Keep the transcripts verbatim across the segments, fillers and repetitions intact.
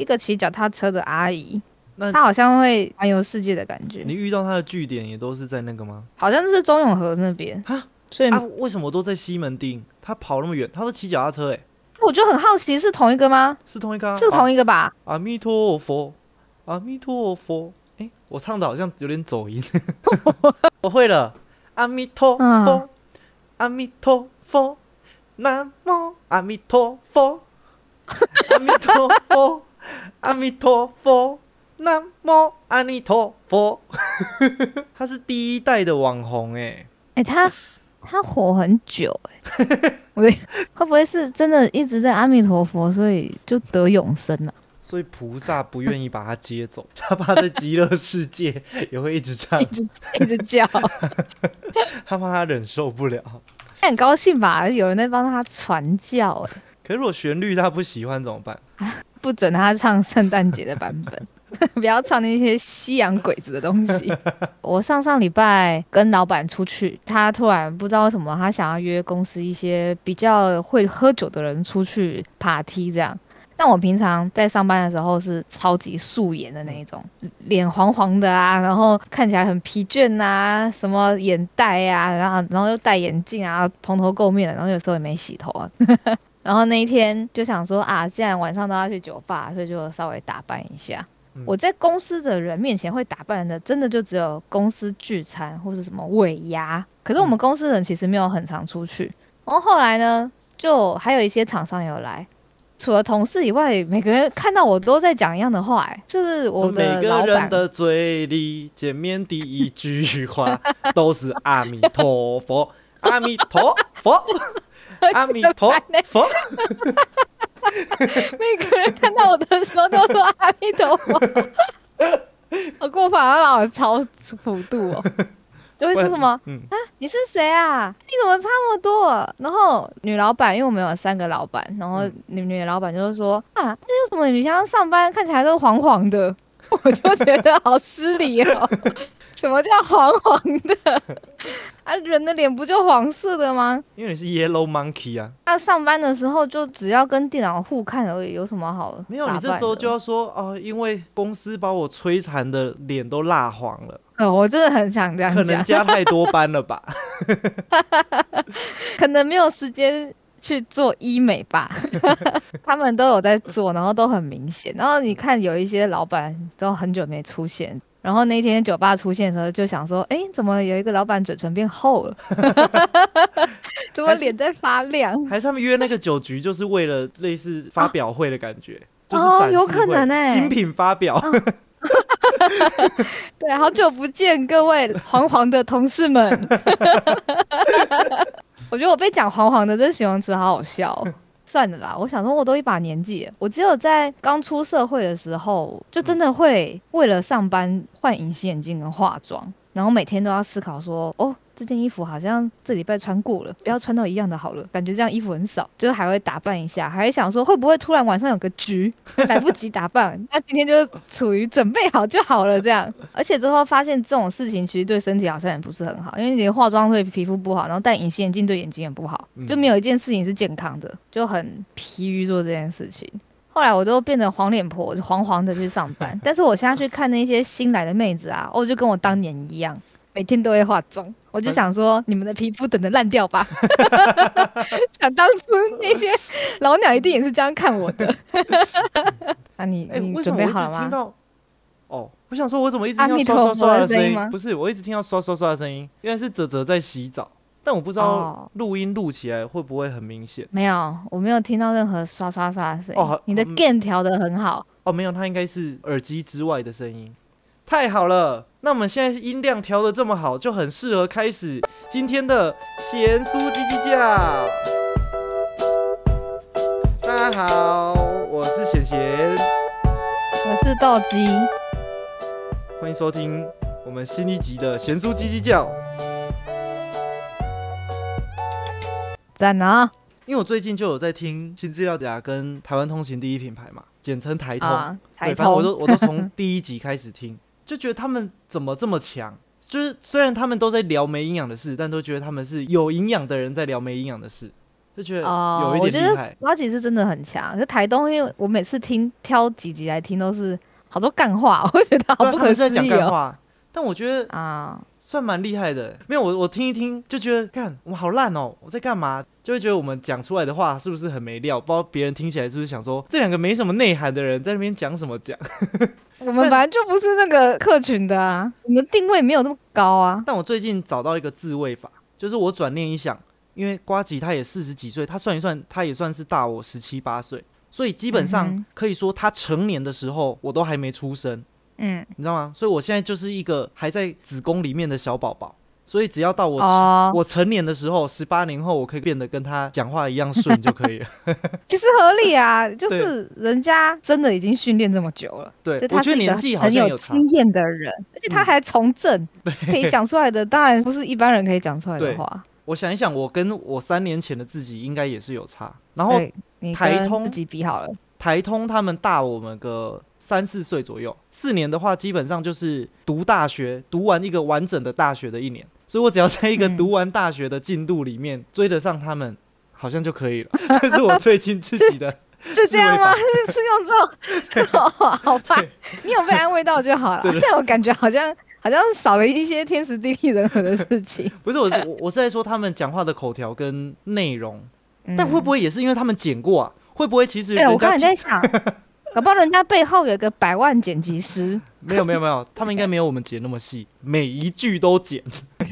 一个骑脚踏车的阿姨，她好像会环游世界的感觉。 你遇到她的据点也都是在那个吗？ 好像是中永和那边啊， 所以啊，为什么都在西门町？她跑那么远，她是骑脚踏车哎、欸。 我就很好奇，是同一个吗？ 是同一个、啊， 是同一个吧？ 阿弥陀佛，阿弥陀佛。哎、欸，我唱的好像有点走音。我会了，阿弥陀佛，嗯、阿弥陀佛，南无阿弥陀佛，阿弥陀佛，阿弥陀佛，南无阿弥陀佛。他是第一代的网红哎、欸， 哎、欸，他他活很久哎、欸。会不会是真的一直在阿弥陀佛，所以就得永生啊？ 所以菩萨不愿意把他接走，他怕在极乐世界也会一直唱， 一直一直叫， 他怕他忍受不了。 他很高兴吧？有人在帮他传教哎、欸。 可是如果旋律他不喜欢怎么办？ 不准他唱圣诞节的版本。不要唱那些西洋鬼子的东西。我上上礼拜跟老板出去，他突然不知道为什么，他想要约公司一些比较会喝酒的人出去 party 这样。但我平常在上班的时候是超级素颜的那一种，脸黄黄的啊，然后看起来很疲倦啊，什么眼袋啊，然后然后又戴眼镜啊，蓬头垢面的，然后有时候也没洗头啊。然后那一天就想说啊，既然晚上都要去酒吧，所以就稍微打扮一下。我在公司的人面前会打扮的，真的就只有公司聚餐或是什么尾牙。可是我们公司人其实没有很常出去。然后后来呢，就还有一些厂商有来，除了同事以外，每个人看到我都在讲一样的话、欸，就是我的老板。 每个人的嘴里见面第一句话都是阿弥陀佛，阿弥陀佛，阿弥陀佛。 每个人看到我的时候都说阿弥陀佛，好过分啊！老超幅度哦，就会说什么、嗯、啊，你是谁啊？你怎么差那么多？然后女老板，因为我们有三个老板，然后女女老板就说啊，那为什么你平常上班看起来都黄黄的？我就觉得好失礼哦。什么叫黄黄的？啊，人的脸不就黄色的吗？ 因为你是 Yellow Monkey 啊。 他上班的时候就只要跟电脑互看而已，有什么好？ 没有，你这时候就要说哦、呃，因为公司把我摧残的脸都蜡黄了。 呃，我真的很想这样讲。 可能加太多班了吧？ 可能没有时间去做医美吧。他们都有在做，然后都很明显。然后你看有一些老板都很久没出现。然后那天酒吧出现的时候，就想说，哎，怎么有一个老板嘴唇变厚了？怎么脸在发亮？ 还是他们约那个酒局，就是为了类似发表会的感觉，啊、就是展示会、 哦、有可能哎、欸， 新品发表。哦、 对，好久不见各位黄黄的同事们。我觉得我被讲黄黄的这形容词好好笑、哦。算了啦，我想说我都一把年纪了，我只有在刚出社会的时候，就真的会为了上班换隐形眼镜跟化妆，然后每天都要思考说，哦，这件衣服好像这礼拜穿过了，不要穿到一样的好了，感觉这样衣服很少，就是还会打扮一下，还会想说会不会突然晚上有个局，来不及打扮，那今天就处于准备好就好了这样。而且之后发现这种事情其实对身体好像也不是很好，因为你化妆对皮肤不好，然后戴隐形眼镜对眼睛也不好，就没有一件事情是健康的，就很疲于做这件事情。后来我就变成黄脸婆，就黄黄的去上班。但是我现在去看那些新来的妹子啊，哦，就跟我当年一样，每天都会化妆。我就想说，你们的皮肤等着烂掉吧。想当初那些老鸟一定也是这样看我的。那、啊、你、欸、你准备好了吗？ 听到哦，我想说，我怎么一直听到刷刷刷的声音？不是，我一直听到刷刷刷的声音，原来是泽泽在洗澡。但我不知道录音录起来会不会很明显、哦。 没有，我没有听到任何刷刷刷的声音。哦，你的 gain 调得很好。 哦，没有，它应该是耳机之外的声音。太好了，那我们现在音量调得这么好，就很适合开始今天的咸酥鸡鸡叫。大家好，我是咸咸， 我是豆鸡， 欢迎收听我们新一集的咸酥鸡鸡叫。 赞啊！ 因为我最近就有在听新资料夹跟台湾通勤第一品牌嘛，简称台通。啊、台通，对，反正我都我都从第一集开始听，就觉得他们怎么这么强？就是虽然他们都在聊没营养的事，但都觉得他们是有营养的人在聊没营养的事。 就觉得有一点厉害。哦、我觉得呱吉是真的很强，可台东因为我每次听挑几集来听都是好多干话，我觉得好不可思议哦。他们是在讲干话， 但我觉得啊。算蛮厉害的，没有我我听一听就觉得，看我们好烂哦，我在干嘛？就会觉得我们讲出来的话是不是很没料？不知道别人听起来是不是想说，这两个没什么内涵的人在那边讲什么讲？ 我们本来就不是那个客群的啊，我们定位没有那么高啊。 但我最近找到一个自卫法，就是我转念一想，因为呱吉他也四十几岁，他算一算，他也算是大我十七八岁，所以基本上可以说他成年的时候，我都还没出生。嗯，你知道吗？所以我现在就是一个还在子宫里面的小宝宝，所以只要到我、哦、我成年的时候，十八年后，我可以变得跟他讲话一样顺就可以了。 其实合理啊，就是人家真的已经训练这么久了， 对，我觉得年纪好像有差， 很有经验的人，而且他还从政，嗯、可以讲出来的，当然不是一般人可以讲出来的话。 我想一想，我跟我三年前的自己应该也是有差。然后台通自己比好了。 台通他们大我们个三四岁左右，四年的话基本上就是读大学，读完一个完整的大学的一年，所以我只要在一个读完大学的进度里面、嗯、追得上他们，好像就可以了。这是我最近自己的就这样吗？是, 是用这种、哦、好吧，你有被安慰到就好了。但我感觉好像好像少了一些天时地利人和的事情。 不是，我是我是在说他们讲话的口条跟内容、嗯，但会不会也是因为他们剪过啊？会不会其实人家、欸、 我刚才在想，搞不好人家背后有个百万剪辑师。 没有没有没有，他们应该没有我们剪那么细，每一句都剪。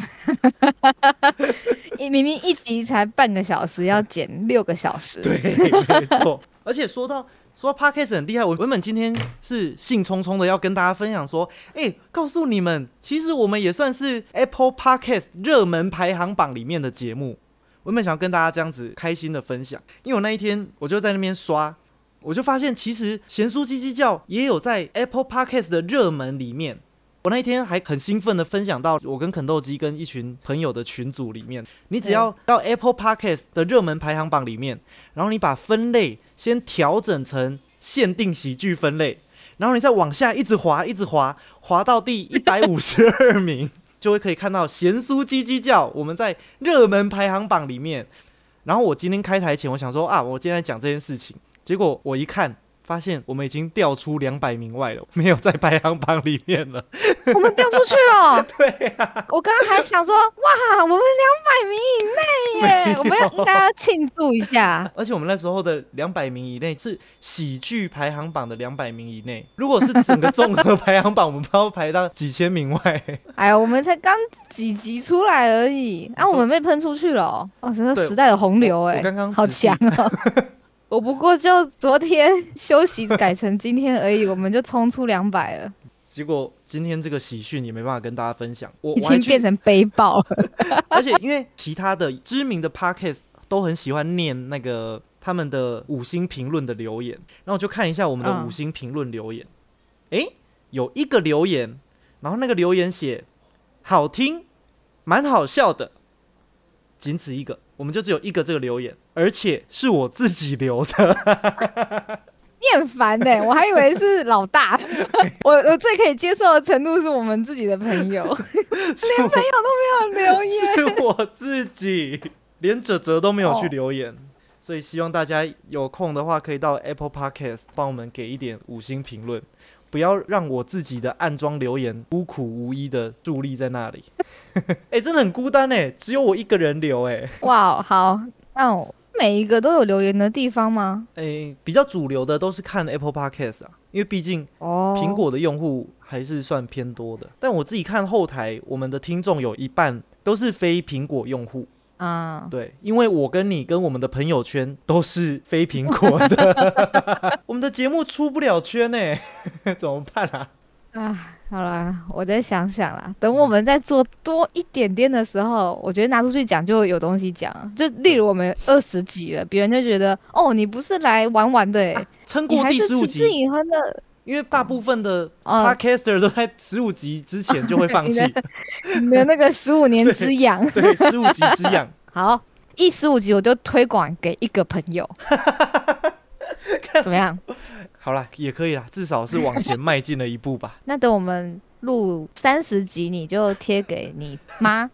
明明一集才半个小时，要剪六个小时。 对，没错。而且说到说到 Podcast 很厉害，我原本今天是兴冲冲的要跟大家分享说，哎、欸，告诉你们，其实我们也算是 Apple Podcast 热门排行榜里面的节目。我原本想要跟大家这样子开心的分享，因为我那一天我就在那边刷，我就发现其实咸酥鸡鸡叫也有在 Apple Podcast 的热门里面。我那一天还很兴奋的分享到我跟肯豆鸡跟一群朋友的群组里面，你只要到 Apple Podcast 的热门排行榜里面，然后你把分类先调整成限定喜剧分类，然后你再往下一直滑一直滑，滑到第一百五十二名。就会可以看到咸酥鸡鸡叫我们在热门排行榜里面。然后我今天开台前我想说啊，我今天来讲这件事情，结果我一看发现我们已经掉出两百名外了，没有在排行榜里面了。 我们掉出去了。 对啊， 我刚刚还想说哇，我们两百名以内耶，我们要应该要庆祝一下。 而且我们那时候的两百名以内是喜剧排行榜的两百名以内，如果是整个综合排行榜我们不知道排到几千名外。 哎呀，我们才刚几集出来而已，啊我们被喷出去了哦，哦这个时代的洪流哎， 刚刚好强哦。我不过就昨天休息改成今天而已，我们就冲出两百了。 结果今天这个喜讯也没办法跟大家分享，我已经变成悲报了。 而且因为其他的知名的 podcast 都很喜欢念那个他们的五星评论的留言，然后我就看一下我们的五星评论留言，哎、嗯欸，有一个留言，然后那个留言写好听，蛮好笑的，仅此一个。我们就只有一个这个留言，而且是我自己留的。 你很烦哎、欸，我还以为是老大。我我最可以接受的程度是我们自己的朋友，连朋友都没有留言。 是我自己，连哲哲都没有去留言。哦，所以希望大家有空的话，可以到 Apple Podcast 帮我们给一点五星评论，不要让我自己的暗装留言孤苦无依的伫立在那里。哎、欸，真的很孤单哎、欸，只有我一个人留哎、欸。 哇，好，那我每一个都有留言的地方吗？ 哎、欸，比较主流的都是看 Apple Podcast 啊，因为毕竟苹果的用户还是算偏多的。但我自己看后台，我们的听众有一半都是非苹果用户。啊、uh. 对，因为我跟你跟我们的朋友圈都是非苹果的。我们的节目出不了圈欸，怎么办啊？ 啊，好啦，我再想想啦，等我们再做多一点点的时候，我觉得拿出去讲就有东西讲。就例如我们二十集了，别人就觉得哦，你不是来玩玩的欸，啊， 撑过第十五集， 你还是持之以恒的。 因为大部分的 podcaster 都在十五集之前就会放弃， 哦你, 你的那个十五年之痒， 对，十五集之痒。 好，一十五集我就推广给一个朋友，怎么样？ 好啦，也可以啦，至少是往前迈进了一步吧。 那等我们录三十集，你就贴给你妈。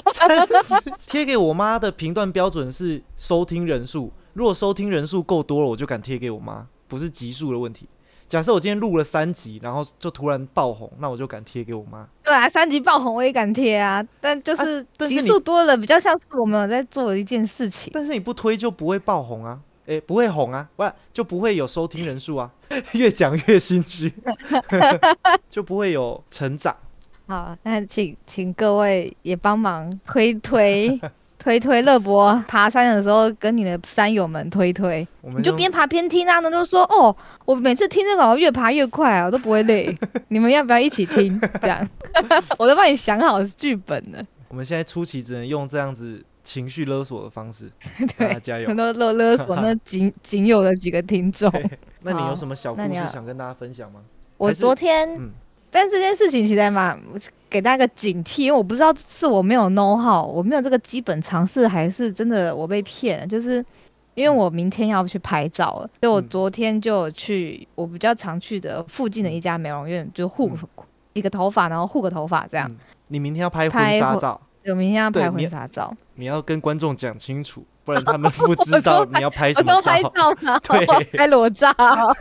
贴给我妈的评断标准是收听人数，如果收听人数够多了，我就敢贴给我妈，不是集数的问题。假设我今天录了三集，然后就突然爆红，那我就敢贴给我妈。 对啊，三集爆红我也敢贴啊，但就是集数多了，比较像是我们有在做的一件事情。 但是你不推就不会爆红啊，哎，不会红啊，不就不会有收听人数啊。越讲越心虚，就不会有成长。 好，那请请各位也帮忙推推。推推乐博爬山的时候，跟你的山友们推推，你就边爬边听啊，那就说哦，我每次听这个我越爬越快啊，我都不会累。你们要不要一起听？这样，我都帮你想好剧本了。 我们现在初期只能用这样子情绪勒索的方式， 对， 大家加油！ 很多勒勒索那仅仅有的几个听众。 那你有什么小故事想跟大家分享吗？ 我昨天，嗯、但这件事情其实还蛮。给大家一个警惕，因为我不知道是我没有 know how， 我没有这个基本常识，还是真的我被骗了。就是因为我明天要去拍照了，所以我昨天就有去我比较常去的附近的一家美容院，就护洗个头发，然后护个头发这样。 嗯、你明天要拍婚纱照？ 我明天要拍婚纱照你， 你要跟观众讲清楚，不然他们不知道你要拍什么照。 我说拍照吗？对，拍裸照。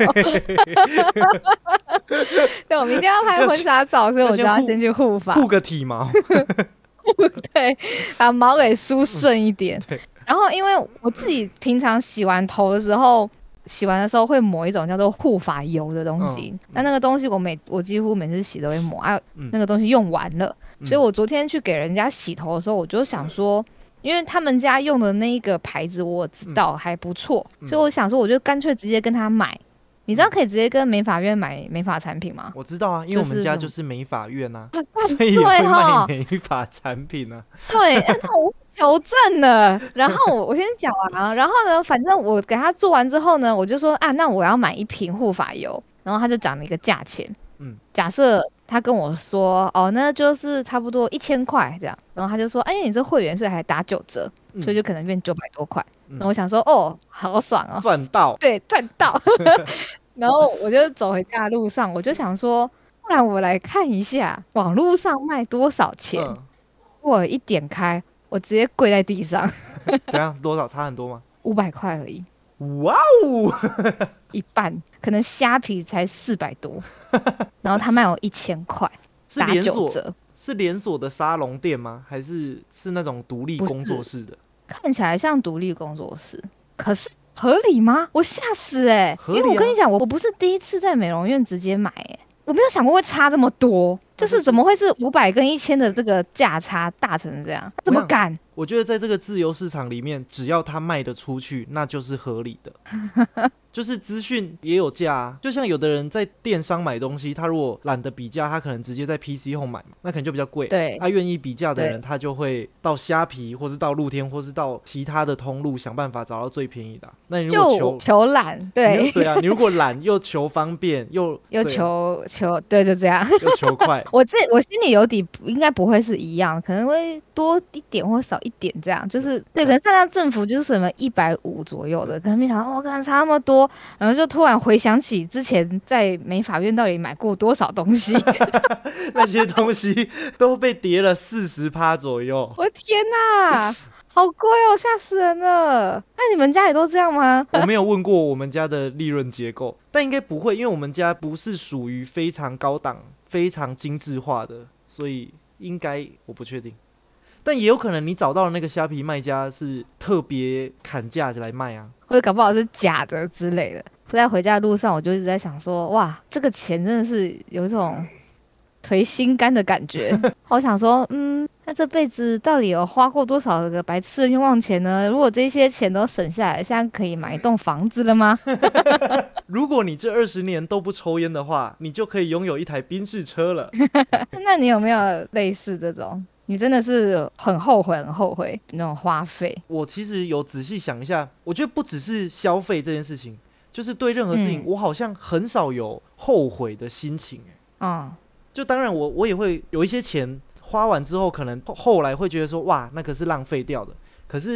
对，我明天要拍婚纱照，所以我就要先去护发， 护个体毛。 对，把毛给梳顺一点。嗯、然后，因为我自己平常洗完头的时候，洗完的时候会抹一种叫做护发油的东西。嗯、但那个东西我每我几乎每次洗都会抹啊，嗯、那个东西用完了，嗯、所以我昨天去给人家洗头的时候，我就想说。因为他们家用的那一个牌子我知道还不错，嗯、所以我想说，我就干脆直接跟他买。你知道可以直接跟美发院买美发产品吗？ 我知道啊，因为我们家就是美发院啊，就是、所以也会卖美发产品啊。 对，那我求证了。然后我先讲完啊，然后呢，反正我给他做完之后呢，我就说啊，那我要买一瓶护发油，然后他就讲了一个价钱。嗯，假设他跟我说哦，那就是差不多一千块这样，然后他就说，哎，因为你是会员，所以还打九折，嗯、所以就可能变九百多块。然后我想说，哦，好爽哦， 赚到， 对，赚到。然后我就走回家的路上，我就想说，不然我来看一下网络上卖多少钱。嗯、我一点开，我直接跪在地上。 怎样？多少？差很多吗？ 五百块而已。 哇哦！ 一半，可能虾皮才四百多，然后他卖我一千块，打九折。 是连锁的沙龙店吗？还是是那种独立工作室的？ 看起来像独立工作室，可是合理吗？我吓死哎、欸！ 啊、因为我跟你讲，我不是第一次在美容院直接买哎、欸，我没有想过会差这么多，就是怎么会是五百跟一千的这个价差大成这样？怎么敢？ 我觉得在这个自由市场里面，只要他卖得出去，那就是合理的。就是资讯也有价啊，就像有的人在电商买东西，他如果懒得比价，他可能直接在 P C Home 买，那可能就比较贵。 对， 他愿意比价的人，他就会到虾皮，或是到露天，或是到其他的通路，想办法找到最便宜的、啊。那你如果求求懒，对对啊，你如果懒又求方便，又又求求对，就这样， 又求快。 我自我心里有底，应该不会是一样，可能会多一点或少一点这样，就是对，可能上下政府就是什么一百五左右的，可能没想到我刚才差那么多，然后就突然回想起之前在美发院到底买过多少东西， 那些东西都被跌了四十趴左右。 我的天哪！好贵哦，吓死人了！那你们家也都这样吗？ 我没有问过我们家的利润结构，但应该不会，因为我们家不是属于非常高档、非常精致化的，所以应该我不确定。但也有可能你找到的那个虾皮卖家是特别砍价来卖啊， 或者搞不好是假的之类的。在回家的路上，我就一直在想说，哇，这个钱真的是有一种捶心肝的感觉。我想说，嗯，那这辈子到底有花过多少个白痴的冤枉钱呢？如果这些钱都省下来，现在可以买一栋房子了吗？ 如果你这二十年都不抽烟的话，你就可以拥有一台宾士车了。 那你有没有类似这种？你真的是很后悔很后悔那种花费？ 我其实有仔细想一下，我觉得不只是消费这件事情，就是对任何事情、嗯、我好像很少有后悔的心情、欸嗯、就当然我我也会有一些钱花完之后可能后来会觉得说哇那个是浪费掉的，可是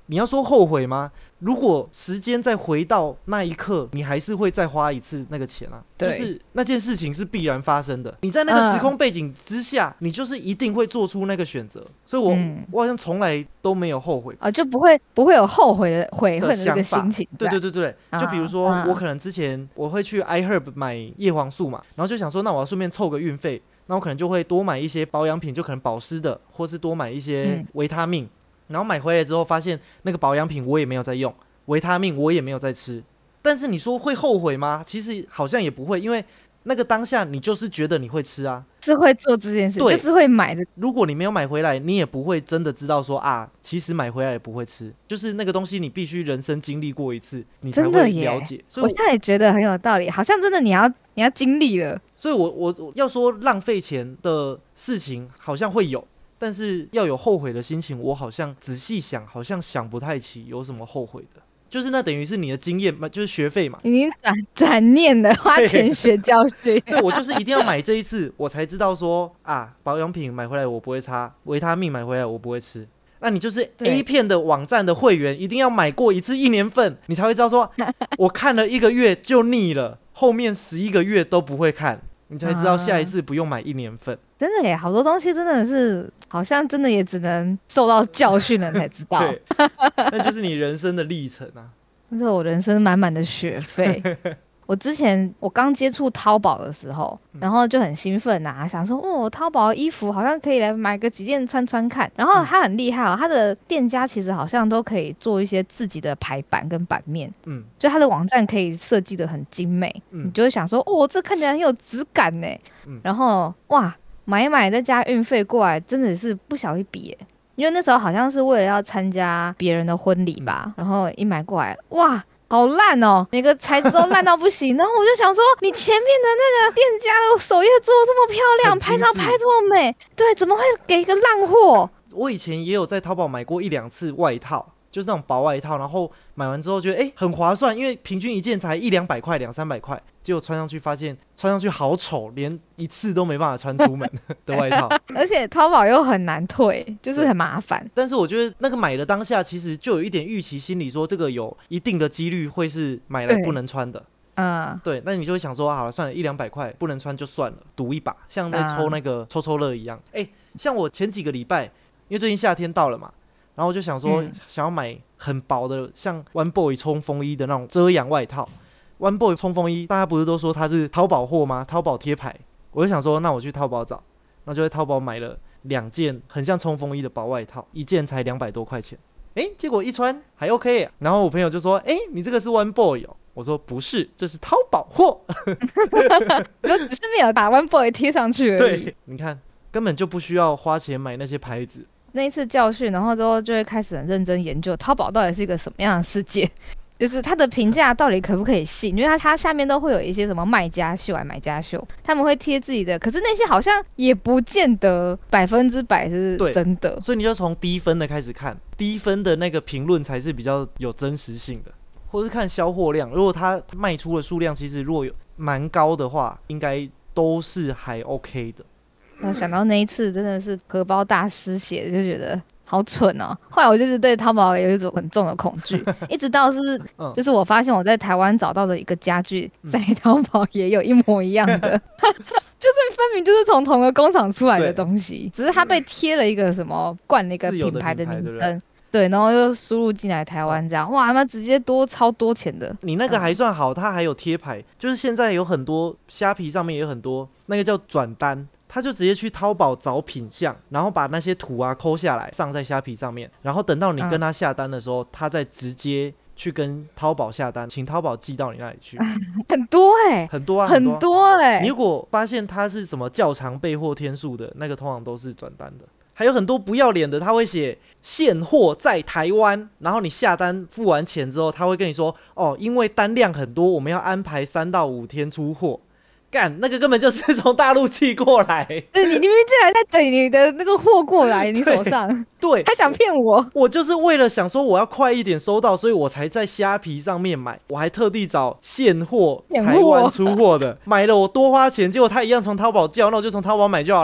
你要说后悔吗？如果时间再回到那一刻，你还是会再花一次那个钱啊。就是那件事情是必然发生的，你在那个时空背景之下，嗯、你就是一定会做出那个选择。所以我、嗯、我好像从来都没有后悔啊，就不会不会有后悔的悔恨的这个心情。 对对对对，啊、就比如说、啊、我可能之前我会去 iHerb 买叶黄素嘛，然后就想说，那我要顺便凑个运费，那我可能就会多买一些保养品，就可能保湿的，或是多买一些维他命。嗯，然后买回来之后发现那个保养品我也没有在用，维他命我也没有在吃，但是你说会后悔吗？其实好像也不会，因为那个当下你就是觉得你会吃啊， 是会做这件事，就是会买的。 如果你没有买回来，你也不会真的知道说啊，其实买回来也不会吃，就是那个东西你必须人生经历过一次，你才会了解。所以 我, 我现在也觉得很有道理，好像真的你要你要经历了。 所以我我我要说浪费钱的事情好像会有。但是要有后悔的心情，我好像仔细想，好像想不太起有什么后悔的。就是那等于是你的经验嘛，就是学费嘛， 已经转转念了，花钱学教训。 对，我就是一定要买这一次，我才知道说啊，保养品买回来我不会擦，维他命买回来我不会吃。那你就是 A 片的网站的会员，一定要买过一次一年份，你才会知道说，我看了一个月就腻了，后面十一个月都不会看。你才知道下一次不用买一年份、啊、 真的耶，好多东西真的是好像真的也只能受到教训了才知道。 对，那就是你人生的历程啊， 那是我人生满满的学费。我之前我刚接触淘宝的时候，然后就很兴奋啊，想说哦，淘宝的衣服好像可以来买个几件穿穿看。然后他很厉害哦，他的店家其实好像都可以做一些自己的排版跟版面，嗯，就他的网站可以设计得很精美，嗯，你就会想说哦，这看起来很有质感呢，嗯，然后哇，买一买再加运费过来，真的是不小一笔耶。因为那时候好像是为了要参加别人的婚礼吧，然后一买过来，哇！好烂哦，每个材质都烂到不行。然后我就想说，你前面的那个店家的首页做这么漂亮，拍照拍这么美，对，怎么会给一个烂货？ 我以前也有在淘宝买过一两次外套，就是那种薄外套，然后买完之后觉得哎很划算，因为平均一件才一两百块、两三百块，结果穿上去发现穿上去好丑，连一次都没办法穿出门的外套， 而且淘宝又很难退，就是很麻烦。 但是我觉得那个买的当下，其实就有一点预期心理，说这个有一定的几率会是买来不能穿的。嗯，对，那你就会想说，好了，算了，一两百块不能穿就算了，赌一把，像在抽那个抽抽乐一样。哎、嗯，像我前几个礼拜，因为最近夏天到了嘛。然后我就想说，嗯、想要买很薄的，像 One Boy 冲锋衣的那种遮阳外套。One Boy 冲锋衣，大家不是都说它是淘宝货吗？淘宝贴牌，我就想说，那我去淘宝找，那就在淘宝买了两件很像冲锋衣的薄外套，一件才两百多块钱。哎，结果一穿还 OK 耶。然后我朋友就说，哎，你这个是 One Boy 哦。我说不是，这是淘宝货。 我只是没有把 One Boy 贴上去而已。 对，你看，根本就不需要花钱买那些牌子。 那一次教训，然后之后就会开始很认真研究淘宝到底是一个什么样的世界，就是它的评价到底可不可以信，因为它它下面都会有一些什么卖家秀啊、买家秀，他们会贴自己的，可是那些好像也不见得百分之百是真的， 所以你就从低分的开始看，低分的那个评论才是比较有真实性的，或是看销货量，如果它卖出的数量其实如果有蛮高的话，应该都是还 OK 的。 我想到那一次真的是荷包大失血，就觉得好蠢哦。后来我就是对淘宝有一种很重的恐惧，一直到是就是我发现我在台湾找到的一个家具，在淘宝也有一模一样的，就是分明就是从同个工厂出来的东西，只是它被贴了一个什么冠了一个品牌的名称。对，然后又输入进来台湾这样，哇，他妈直接多超多钱的。 你那个还算好，它还有贴牌，就是现在有很多虾皮上面也有很多那个叫转单，他就直接去淘宝找品项，然后把那些图啊抠下来上在虾皮上面，然后等到你跟他下单的时候，他、嗯、再直接去跟淘宝下单，请淘宝寄到你那里去。 很多哎、欸， 很多啊， 很多哎、欸。 你如果发现他是什么较长备货天数的，那个通常都是转单的。还有很多不要脸的，他会写现货在台湾，然后你下单付完钱之后，他会跟你说，哦，因为单量很多，我们要安排三到五天出货。干，那个根本就是从大陆寄过来。 对，你明明竟然在等你的那个货过来你手上， 对， 他想骗我。 我就是为了想说我要快一点收到，所以我才在虾皮上面买，我还特地找现货台湾出货的，买了我多花钱，结果他一样从淘宝叫，那我就从淘宝买就好啦。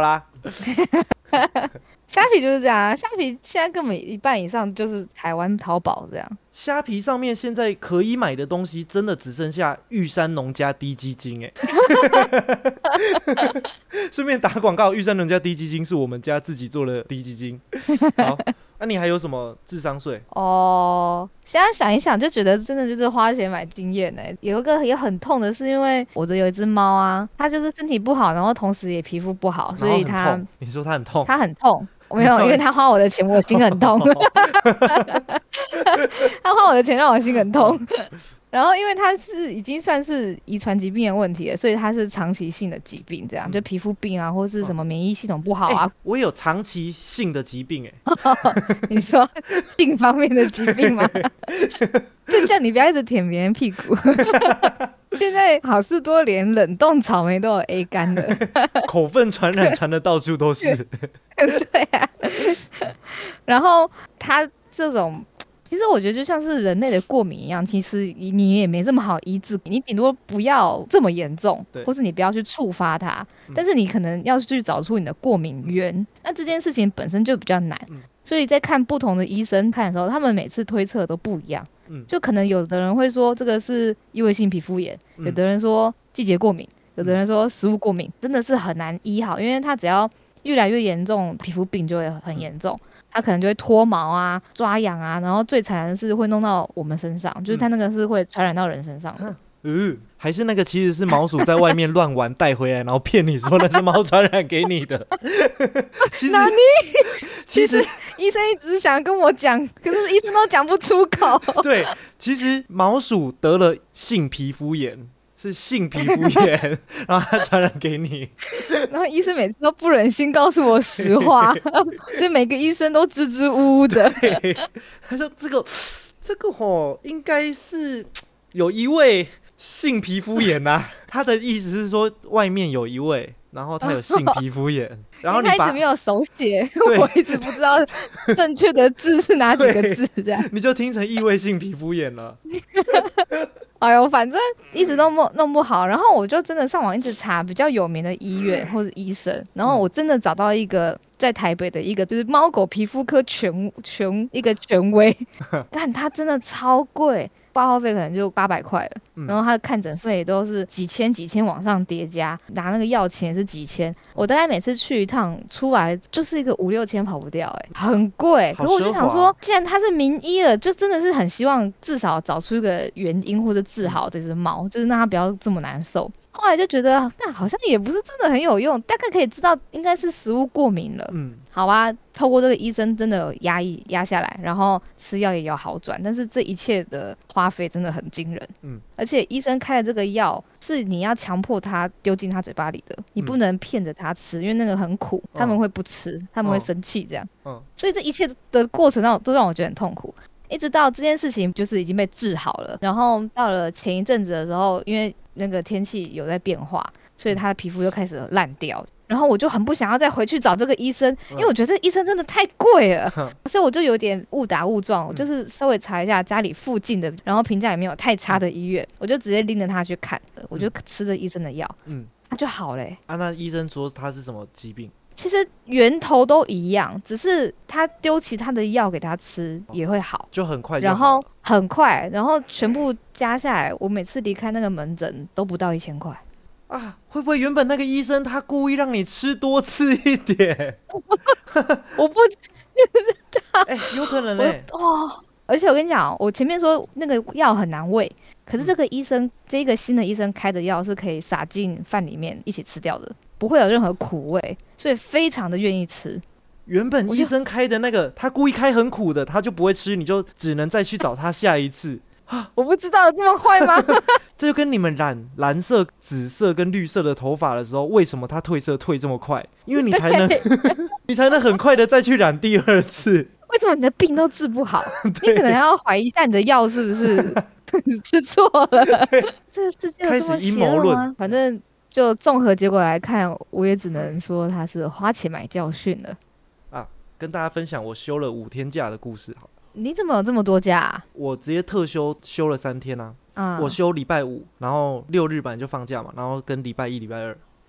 虾皮就是这样啊，虾皮现在根本一半以上就是台湾淘宝这样。 虾皮上面现在可以买的东西真的只剩下玉山农家低基金哎、欸，顺便打广告，玉山农家低基金是我们家自己做的低基金。好，那、啊、你还有什么智商税？ 哦，现在想一想就觉得真的就是花钱买经验哎。有一个也很痛的是，因为我的有一只猫啊，它就是身体不好，然后同时也皮肤不好，所以它你说它很痛， 它很痛。没有，因为他花我的钱，我心很痛。他花我的钱让我心很痛。然后，因为他是已经算是遗传疾病的问题了，所以他是长期性的疾病，这样、嗯、就皮肤病啊，或是什么免疫系统不好啊。欸、 我有长期性的疾病哎、 欸。你说性方面的疾病吗？就叫你不要一直舔别人屁股。现在好事多连冷冻草莓都有 A 肝的， 口粪传染传的到处都是。 对啊，然后它这种，其实我觉得就像是人类的过敏一样，其实你也没这么好医治，你顶多不要这么严重，或是你不要去触发它，但是你可能要去找出你的过敏源，那这件事情本身就比较难。嗯，所以在看不同的医生看的时候，他们每次推测都不一样。嗯，就可能有的人会说这个是异位性皮肤炎，有的人说季节过敏，有的人说食物过敏，真的是很难医好，因为他只要越来越严重，皮肤病就会很严重，他可能就会脱毛啊、抓痒啊，然后最惨的是会弄到我们身上，就是他那个是会传染到人身上的。 嗯，还是那个其实是毛鼠在外面乱玩带回来，然后骗你说那是猫传染给你的。其实， 其实医生一直想跟我讲，可是医生都讲不出口。 对，其实毛鼠得了性皮肤炎，是性皮肤炎，然后它传染给你。 然后医生每次都不忍心告诉我实话，所以每个医生都支支吾吾的。 他说这个这个吼应该是有一位性皮肤炎啊，他的意思是说外面有一位，然后他有性皮肤炎，然后你把他一直没有手写，我一直不知道正确的字是哪几个字，这样你就听成异位性皮肤炎了。 哎呦，反正一直都弄不好，然后我就真的上网一直查比较有名的医院或者医生，然后我真的找到一个在台北的一个就是猫狗皮肤科权权一个权威，但他真的超贵。挂号费可能就八百块了，嗯、然后他的看诊费都是几千几千往上叠加，拿那个药钱也是几千。我大概每次去一趟出来就是一个五六千跑不掉、欸，哎，很贵。可是我就想说，既然他是名医了，就真的是很希望至少找出一个原因或者治好这只猫，就是让它不要这么难受。后来就觉得那好像也不是真的很有用，大概可以知道应该是食物过敏了。嗯，好啊，透过这个医生真的有压抑压下来，然后吃药也有好转，但是这一切的花费真的很惊人。嗯，而且医生开的这个药是你要强迫他丢进他嘴巴里的，你不能骗着他吃，因为那个很苦，他们会不吃，他们会生气这样。嗯，所以这一切的过程让都让我觉得很痛苦。一直到这件事情就是已经被治好了，然后到了前一阵子的时候，因为那个天气有在变化，所以他的皮肤就开始烂掉，然后我就很不想要再回去找这个医生，因为我觉得这个医生真的太贵了，所以我就有点误打误撞，我就是稍微查一下家里附近的，然后评价也没有太差的医院，我就直接拎着他去看，我就吃着医生的药，嗯，他就好嘞。 啊，那医生说他是什么疾病？ 其实源头都一样，只是他丢其他的药给他吃也会好， 就很快就好， 然后很快，然后全部加下来，我每次离开那个门诊都不到一千块啊！会不会原本那个医生他故意让你吃多次一点？ 我不知道， 哎、欸，有可能哎、 欸，哇！而且我跟你讲，我前面说那个药很难喂，可是这个医生，嗯、这个新的医生开的药是可以撒进饭里面一起吃掉的。不会有任何苦味，所以非常的愿意吃。 原本医生开的那个，他故意开很苦的，他就不会吃，你就只能再去找他下一次。 我不知道有这么坏吗？ 这就跟你们染蓝色、紫色跟绿色的头发的时候，为什么它褪色褪这么快？因为你才能，你才能很快的再去染第二次。 为什么你的病都治不好？你可能要怀疑一下你的药是不是吃错了？这个世界有这么邪恶吗？反正。就综合结果来看，我也只能说他是花钱买教训了啊！跟大家分享我休了五天假的故事好了。 你怎么有这么多假啊？ 我直接特休休了三天啊！嗯、我休礼拜五，然后六日本来就放假嘛，然后跟礼拜一、礼拜二，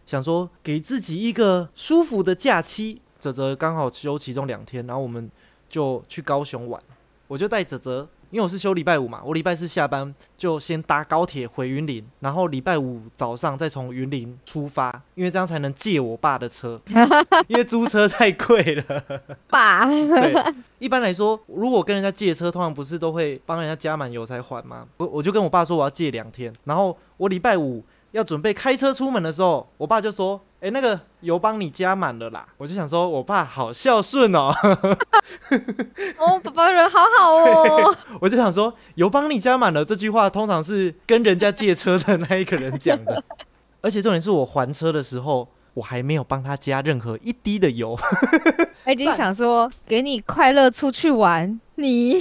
想说给自己一个舒服的假期。泽泽刚好休其中两天，然后我们就去高雄玩。我就带泽泽，因为我是休礼拜五嘛，我礼拜四下班就先搭高铁回云林，然后礼拜五早上再从云林出发，因为这样才能借我爸的车，因为租车太贵了。 爸， 对，一般来说，如果跟人家借车，通常不是都会帮人家加满油才还吗？我我就跟我爸说我要借两天，然后我礼拜五要准备开车出门的时候，我爸就说：“哎、欸，那个油帮你加满了啦。”我就想说，我爸好孝顺哦。 哦，爸爸人好好哦。 我就想说，油帮你加满了这句话，通常是跟人家借车的那一个人讲的。而且重点是我还车的时候，我还没有帮他加任何一滴的油。 他已经想说，给你快乐出去玩，你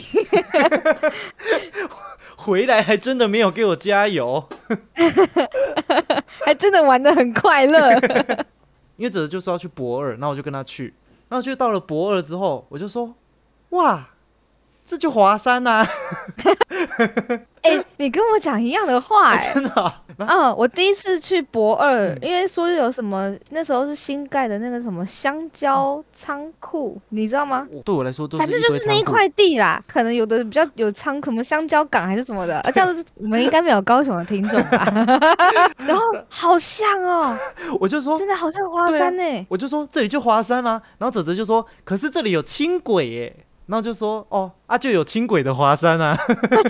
回来还真的没有给我加油。 还真的玩得很快乐。 因为哲哲就说要去博二，那我就跟他去，然后就到了博二之后，我就说，哇，这就华山啊。 哎、欸，你跟我讲一样的话、欸，哎、 欸，真的、啊。 嗯，我第一次去博二、嗯，因为说有什么，那时候是新盖的那个什么香蕉仓库，你知道吗？ 对我来说都是一反正就是那一块地啦，可能有的比较有仓，什么香蕉港还是什么的，啊，这样子我们应该没有高雄的听众吧？然后好像哦， 我就说真的好像华山呢、欸啊，我就说这里就华山啊，然后哲哲就说，可是这里有轻轨耶。然后就说哦啊，就有轻轨的华山啊。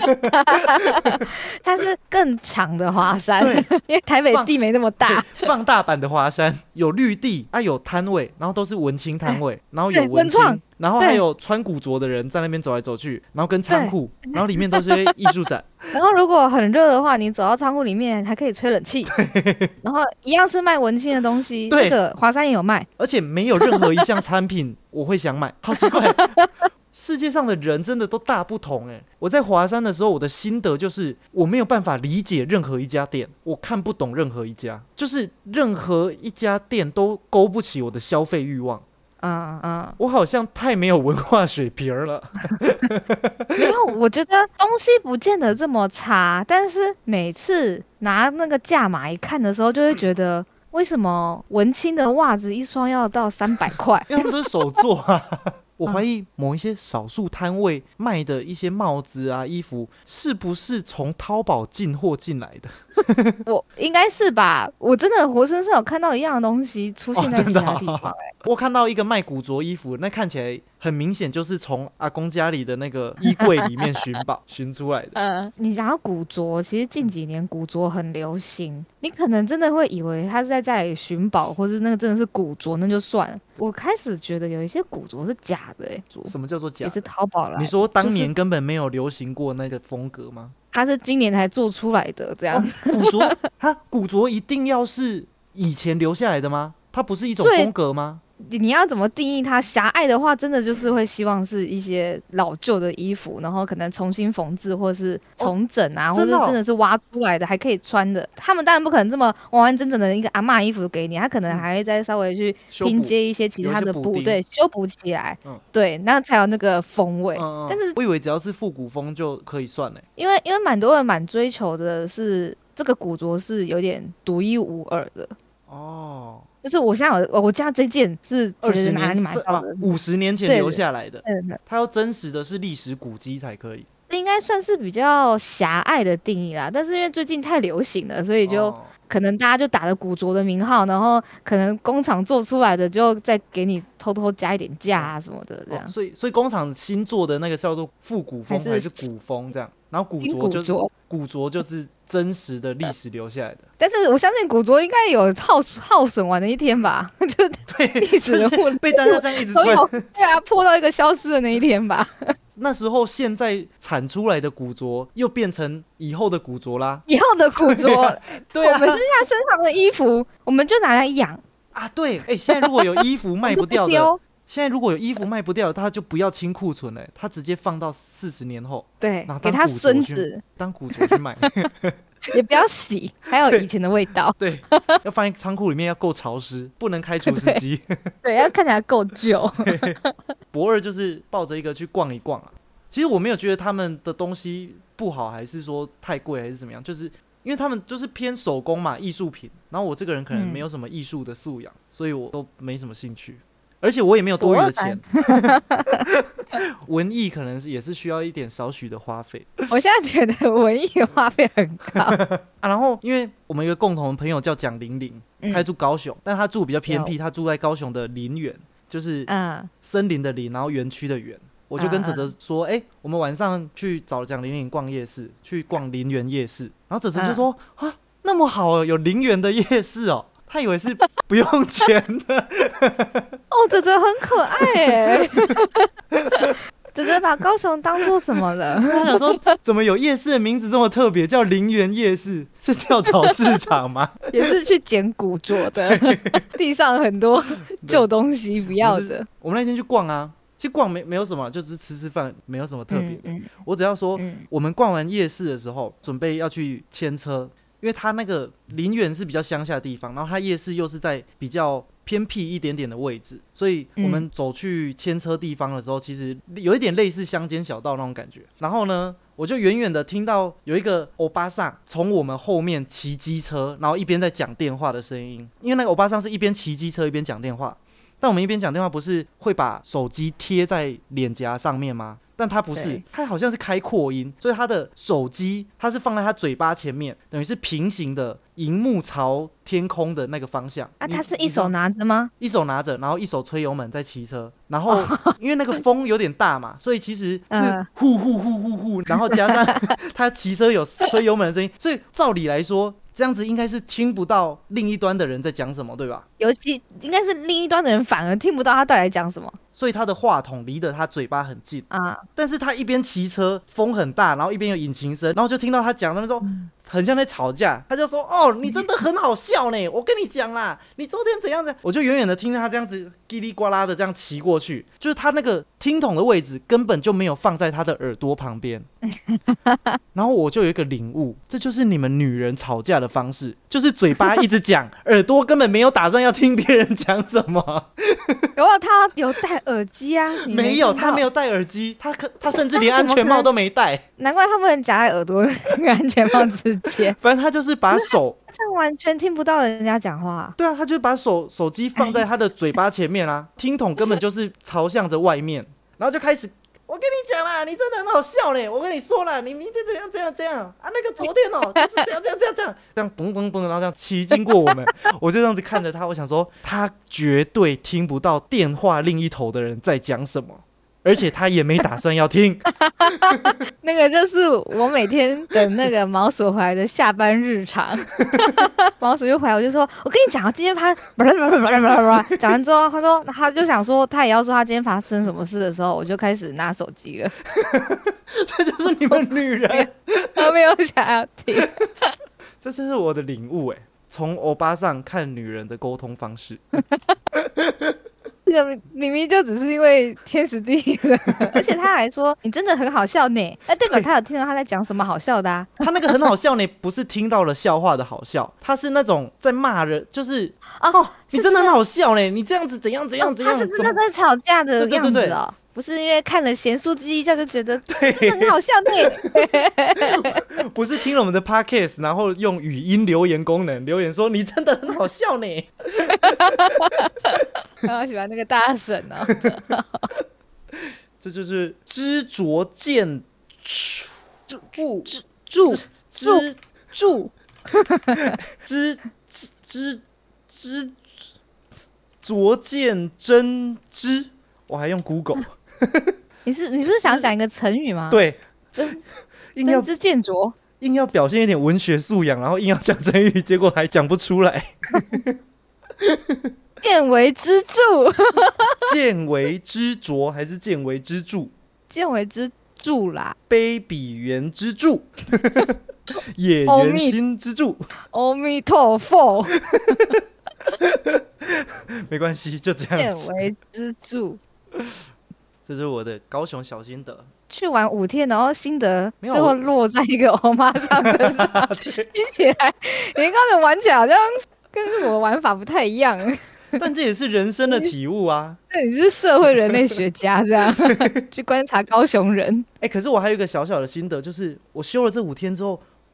它是更长的华山，因为台北地没那么大。 放大版的华山有绿地啊，有摊位，然后都是文青摊位，然后有文青，然后还有穿古着的人在那边走来走去，然后跟仓库，然后里面都是艺术展。 然后如果很热的话，你走到仓库里面还可以吹冷气。然后一样是卖文青的东西，这个华山也有卖， 而且没有任何一项产品我会想买，好奇怪。世界上的人真的都大不同哎！我在华山的时候，我的心得就是我没有办法理解任何一家店，我看不懂任何一家，就是任何一家店都勾不起我的消费欲望。 嗯嗯， 我好像太没有文化水平了。 没有，我觉得东西不见得这么差，但是每次拿那个价码一看的时候，就会觉得为什么文青的袜子一双要到三百块？ 因为他们都是手做啊。我怀疑某一些少数摊位卖的一些帽子啊、衣服，是不是从淘宝进货进来的？ 我应该是吧，我真的活生生有看到一样的东西出现在其他地方、欸哦啊、我看到一个卖古着衣服，那看起来很明显就是从阿公家里的那个衣柜里面寻宝寻出来的。 嗯，你讲到古着，其实近几年古着很流行，你可能真的会以为他是在家里寻宝，或是那个真的是古着，那就算了。我开始觉得有一些古着是假的、欸， 什么叫做假的？ 也是淘宝来的。 你说当年根本没有流行过那个风格吗？ 它是今年才做出来的，这样。 哦、古着，它古着一定要是以前留下来的吗？它不是一种风格吗？ 你要怎么定义它？狭隘的话，真的就是会希望是一些老旧的衣服，然后可能重新缝制，或是重整啊，哦、或者真的是挖出来的，还可以穿的。他们当然不可能这么完完整整的一个阿嬷衣服给你，他可能还会再稍微去拼接一些其他的布，对，修补起来，嗯、对，那才有那个风味。嗯、但是我以为只要是复古风就可以算嘞， 因为因为蛮多人蛮追求的是这个古着是有点独一无二的哦。就是我现在有，我家这件是二十年、 买到的， 五十年前留下来的， 对对对， 它要真实的是历史古迹才可以。 这应该算是比较狭隘的定义啦，但是因为最近太流行了，所以就、哦、可能大家就打了古着的名号，然后可能工厂做出来的就再给你偷偷加一点价啊什么的，这样。 哦、所以所以工厂新做的那个叫做复古风还是古风这样，然后古着就是古着就是真实的历史留下来的。 但是我相信古着应该有耗耗损完的一天吧，就对历史人物被大家这样一直穿， 对啊，破到一个消失的那一天吧。 那时候现在产出来的古着又变成以后的古着啦， 以后的古着， 对啊， 我们剩下身上的衣服，我们就拿来养啊。对，哎、欸，现在如果有衣服卖不掉的，现在如果有衣服卖不掉的，他就不要清库存了，他直接放到四十年后， 对，给他孙子当古着去卖。 也不要洗，还有以前的味道。 对，要放在仓库里面，要够潮湿，不能开除湿机。 对，要看起来够旧。 博二就是抱着一个去逛一逛啊。其实我没有觉得他们的东西不好，还是说太贵，还是怎么样，就是因为他们就是偏手工嘛，艺术品。然后我这个人可能没有什么艺术的素养、嗯，所以我都没什么兴趣，而且我也没有多余的钱。文艺可能是也是需要一点少许的花费。 我现在觉得文艺的花费很高、啊。 然后因为我们一个共同的朋友叫蒋玲玲，他住高雄、嗯，但他住比较偏僻，他住在高雄的林园，就是森林的林，然后园区的园。我就跟哲哲说，哎、欸，我们晚上去找蒋玲玲逛夜市，去逛林园夜市。然后哲哲就说，啊，那么好哦，有林园的夜市哦。他以为是不用钱的。 哦，哲哲很可爱耶。哲哲把高雄当作什么了？ 他想说，怎么有夜市的名字这么特别，叫林园夜市？是跳蚤市场吗？ 也是去捡古着的，地上很多旧东西不要的。 我们那天去逛啊。其实逛没没有什么，就是吃吃饭，没有什么特别的、嗯嗯。我只要说、嗯，我们逛完夜市的时候，准备要去牵车，因为它那个林园是比较乡下的地方，然后它夜市又是在比较偏僻一点点的位置，所以我们走去牵车地方的时候，其实有一点类似乡间小道那种感觉。然后呢，我就远远的听到有一个欧巴桑从我们后面骑机车，然后一边在讲电话的声音，因为那个欧巴桑是一边骑机车一边讲电话。但我们一边讲电话不是会把手机贴在脸颊上面吗？但他不是，他好像是开扩音，所以他的手机他是放在他嘴巴前面，等于是平行的，荧幕朝天空的那个方向。 啊，他是一手拿着吗？ 一手拿着，然后一手吹油门在骑车，然后、哦、因为那个风有点大嘛，所以其实是呼呼呼呼呼，然后加上他骑车有吹油门的声音，所以照理来说。这样子应该是听不到另一端的人在讲什么，对吧？ 尤其应该是另一端的人反而听不到他到底在讲什么， 所以他的话筒离得他嘴巴很近啊。但是他一边骑车，风很大，然后一边有引擎声，然后就听到他讲，他们说、嗯、很像在吵架。他就说：“哦，你真的很好笑呢，我跟你讲啦，你昨天怎样怎样。”我就远远的听着他这样子叽里呱啦的这样骑过去，就是他那个听筒的位置根本就没有放在他的耳朵旁边。然后我就有一个领悟，这就是你们女人吵架的方式，就是嘴巴一直讲，耳朵根本没有打算要听别人讲什么。 然后他有戴耳机啊？没, 没有，他没有戴耳机，他可他甚至连安全帽都没戴。 难怪他不能夹在耳朵跟安全帽之间。 反正他就是把手， 这样完全听不到人家讲话、啊。 对啊，他就是把手手机放在他的嘴巴前面啊，听筒根本就是朝向着外面，然后就开始。我跟你讲啦，你真的很好笑呢！我跟你说啦，你明天这样这样这样啊，那个昨天哦、喔，就是这样这样这样这样，这样嘣嘣嘣，然后这样骑经过我们，我就这样子看着他，我想说，他绝对听不到电话另一头的人在讲什么。而且他也没打算要听。 那个就是我每天等那个毛鼠回来的下班日常。毛鼠就回来，我就说：“我跟你讲啊，今天发……”讲完之后，他说他就想说，他也要说他今天发生什么事的时候，我就开始拿手机了。 这就是你们女人， 他没有想要听。 这真是我的领悟哎，从欧巴上看女人的沟通方式。 这个明明就只是因为天时地利人和，而且他还说你真的很好笑呢，那代表他有听到他在讲什么好笑的啊。 他那个很好笑呢，不是听到了笑话的好笑，他是那种在骂人，就是哦，哦你真的很好笑呢，你这样子怎样怎样怎样， 哦、他是真的在吵架的样子哦。对对对对，不是因为看了咸酥鸡一觉就觉得真的很好笑呢。 不是听了我们的 podcast 然后用语音留言功能留言说你真的很好笑呢。 我好喜欢那个大婶哦。 这就是知灼见助助助助助知知知灼见真知，我还用 Google。 你是你不是想讲一个成语吗？ 对， 真真知见灼， 硬要表现一点文学素养，然后硬要讲成语，结果还讲不出来。 见微知著。 见微知著还是见微知著？ 见微知著啦。 卑鄙原之助。野原新之助。 阿弥陀佛。 没关系，就这样子。 见微知著。 这是我的高雄小心得。 去玩五天，然后心得最后落在一个欧巴桑身上，听起来你刚才玩起来好像跟我的玩法不太一样。 但这也是人生的体悟啊！ 对，你是社会人类学家这样去观察高雄人。 哎、欸，可是我还有一个小小的心得，就是我休了这五天之后，我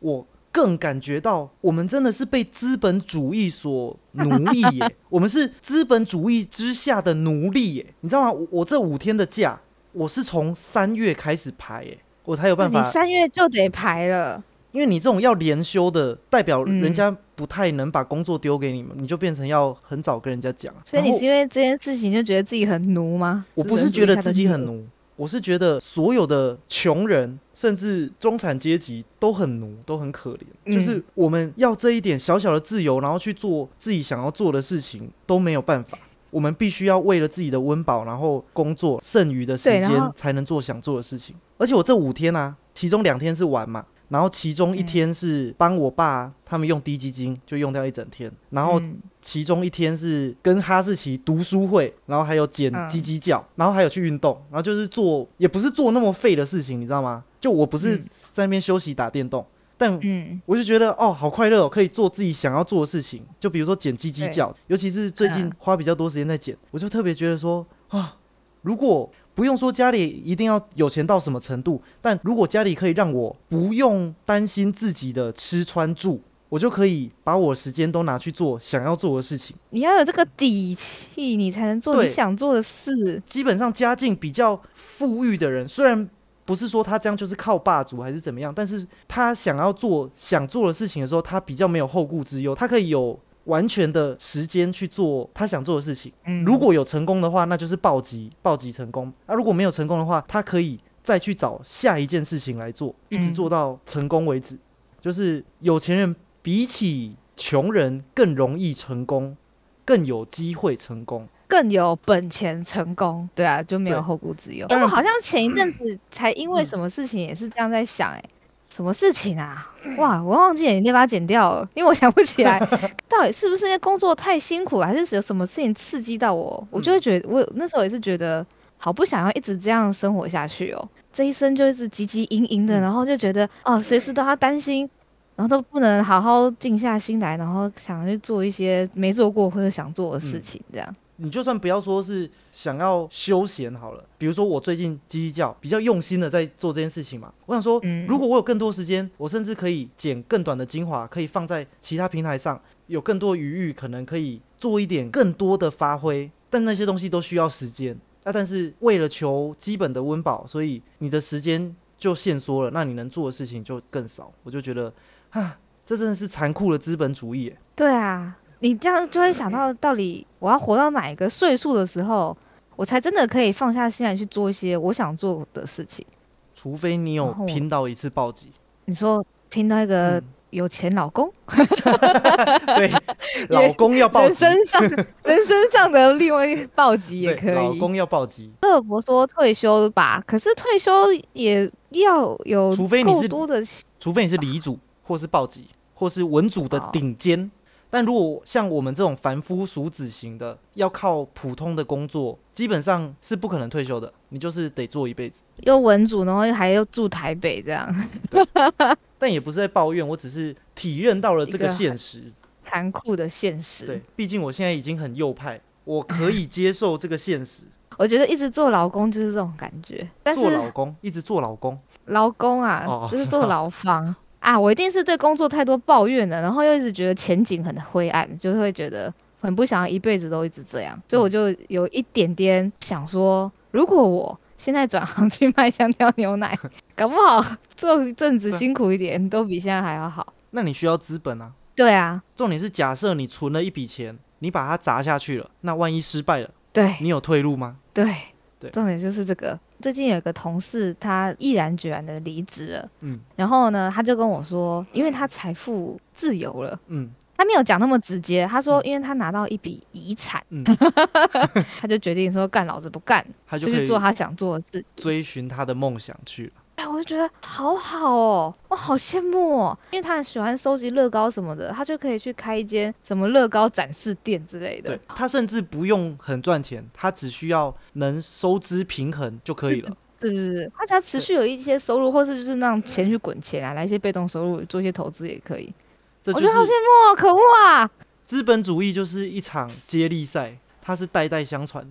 更感觉到我们真的是被资本主义所奴役耶我们是资本主义之下的奴隶耶，你知道吗？ 我, 我这五天的假，我是从三月开始排耶，我才有办法。 你三月就得排了， 因为你这种要连休的，代表人家不太能把工作丢给你们、嗯、你就变成要很早跟人家讲。 所以你是因为这件事情就觉得自己很奴吗？ 我不是觉得自己很奴，我是觉得所有的穷人甚至中产阶级都很奴，都很可怜、嗯、就是我们要这一点小小的自由，然后去做自己想要做的事情都没有办法，我们必须要为了自己的温饱然后工作，剩余的时间才能做想做的事情。而且我这五天啊，其中两天是玩嘛，然后其中一天是帮我爸他们用低基金，就用掉一整天，然后其中一天是跟哈士奇读书会，然后还有剪鸡鸡叫，然后还有去运动，然后就是做也不是做那么废的事情，你知道吗？就我不是在那边休息打电动，但我就觉得哦好快乐哦，可以做自己想要做的事情，就比如说剪鸡鸡叫，尤其是最近花比较多时间在剪，我就特别觉得说啊，如果不用说家里一定要有钱到什么程度，但如果家里可以让我不用担心自己的吃穿住，我就可以把我时间都拿去做想要做的事情。 你要有这个底气，你才能做你想做的事。 基本上家境比较富裕的人，虽然不是说他这样就是靠霸主还是怎么样，但是他想要做想做的事情的时候，他比较没有后顾之忧，他可以有完全的时间去做他想做的事情、嗯、如果有成功的话那就是暴击暴击成功、啊、如果没有成功的话，他可以再去找下一件事情来做，一直做到成功为止、嗯、就是有钱人比起穷人更容易成功，更有机会成功， 更有本钱成功。对啊，就没有后顾之忧。我好像前一阵子才因为什么事情也是这样在想、欸嗯什么事情啊？哇，我忘记了，你得把它剪掉了，因为我想不起来到底是不是因为工作太辛苦，还是有什么事情刺激到我，我就会觉得，我那时候也是觉得好不想要一直这样生活下去哦，这一生就一直汲汲营营的，然后就觉得哦，随时都要担心，然后都不能好好静下心来，然后想去做一些没做过或者想做的事情，这样。嗯， 你就算不要说是想要休闲好了，比如说我最近叽叽叫比较用心的在做这件事情嘛，我想说如果我有更多时间，我甚至可以剪更短的精华，可以放在其他平台上，有更多余裕，可能可以做一点更多的发挥，但那些东西都需要时间、啊、但是为了求基本的温饱，所以你的时间就限缩了，那你能做的事情就更少。我就觉得啊，这真的是残酷的资本主义耶。 对啊，你这样就会想到，到底我要活到哪一个岁数的时候，我才真的可以放下心来去做一些我想做的事情。 除非你有拼到一次暴击。 你说拼到一个有钱老公？ 嗯、对，老公要暴击。 人生上人生上的另外一个暴击也可以。 老公要暴击。 乐博说退休吧，可是退休也要有够多的， 除非你是理主或是暴击或是文组的顶尖。但如果像我们这种凡夫俗子型的，要靠普通的工作，基本上是不可能退休的，你就是得做一辈子。 又文组，然后还要住台北这样。 但也不是在抱怨，我只是体认到了这个现实， 残酷的现实。 对，毕竟我现在已经很右派，我可以接受这个现实。 我觉得一直做劳工就是这种感觉，但是做劳工，一直做劳工， 劳工啊，哦、就是做劳方。啊，我一定是对工作太多抱怨了，然后又一直觉得前景很灰暗，就会觉得很不想要一辈子都一直这样，所以我就有一点点想说，如果我现在转行去卖香蕉牛奶，搞不好做一阵子辛苦一点，都比现在还要好。 那你需要资本啊。 对啊， 重点是假设你存了一笔钱，你把它砸下去了，那万一失败了， 对， 你有退路吗？ 对。重点就是这个。最近有一个同事，他毅然决然的离职了，嗯，然后呢，他就跟我说，因为他财富自由了，嗯，他没有讲那么直接，他说，因为他拿到一笔遗产，嗯，他就决定说，干老子不干，他就去做他想做的事情， 追寻他的梦想去了。 哎，我就觉得好好哦，我好羡慕哦，因为他很喜欢收集乐高什么的，他就可以去开一间什么乐高展示店之类的。 对，他甚至不用很赚钱，他只需要能收支平衡就可以了。 对对对，他只要持续有一些收入，或是就是让钱去滚钱啊，来一些被动收入，做一些投资也可以。 这就是、 我觉得好羡慕哦，可恶啊！ 资本主义就是一场接力赛，它是代代相传的。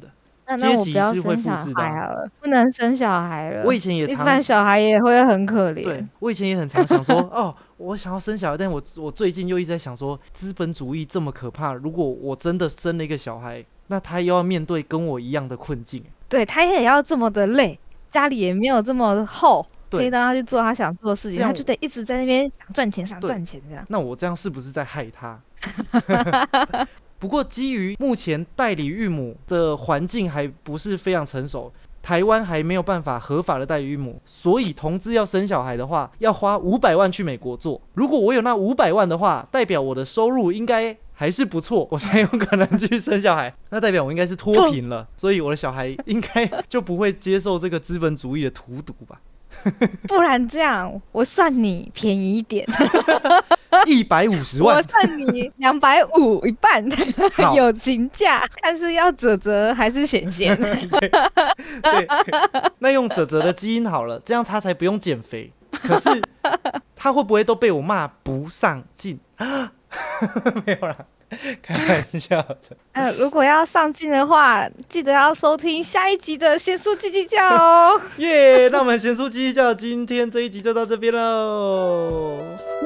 那阶级那我不要是会生小复制的、啊。 孩好了，不能生小孩了。 我以前也一常般小孩也会很可怜。 对，我以前也很常想说，哦，我想要生小孩，但我我最近又一直在想说，资本主义这么可怕，如果我真的生了一个小孩，那他又要面对跟我一样的困境。 对，他也要这么的累，家里也没有这么厚，可以对， 让他去做他想做的事情， 这样他就得一直在那边想赚钱，想对赚钱这样。 那我这样是不是在害他？不过基于目前代理孕母的环境还不是非常成熟，台湾还没有办法合法的代理孕母，所以同志要生小孩的话，要花五百万去美国做。如果我有那五百万的话，代表我的收入应该还是不错，我才有可能去生小孩。那代表我应该是脱贫了，所以我的小孩应该就不会接受这个资本主义的荼毒吧。 不然这样，我算你便宜一点， 一百五十万， 我算你两百五一半， 好友情价，看是要泽泽还是显显。 对对，那用泽泽的基因好了，这样他才不用减肥。可是他会不会都被我骂不上进？没有啦，开玩笑的。 呃，如果要上进的话，记得要收听下一集的咸酥鸡鸡叫哦。 耶、yeah, 那我们咸酥鸡叫今天这一集就到这边喽。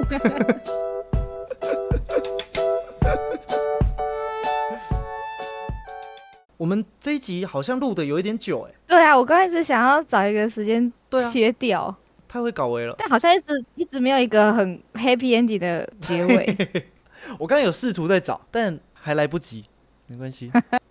我们这一集好像录的有一点久哎。 对啊，我刚开始想要找一个时间切掉，啊、 太会搞维了， 但好像一直一直没有一个很 happy ending 的结尾。 我刚刚有试图在找，但还来不及，没关系。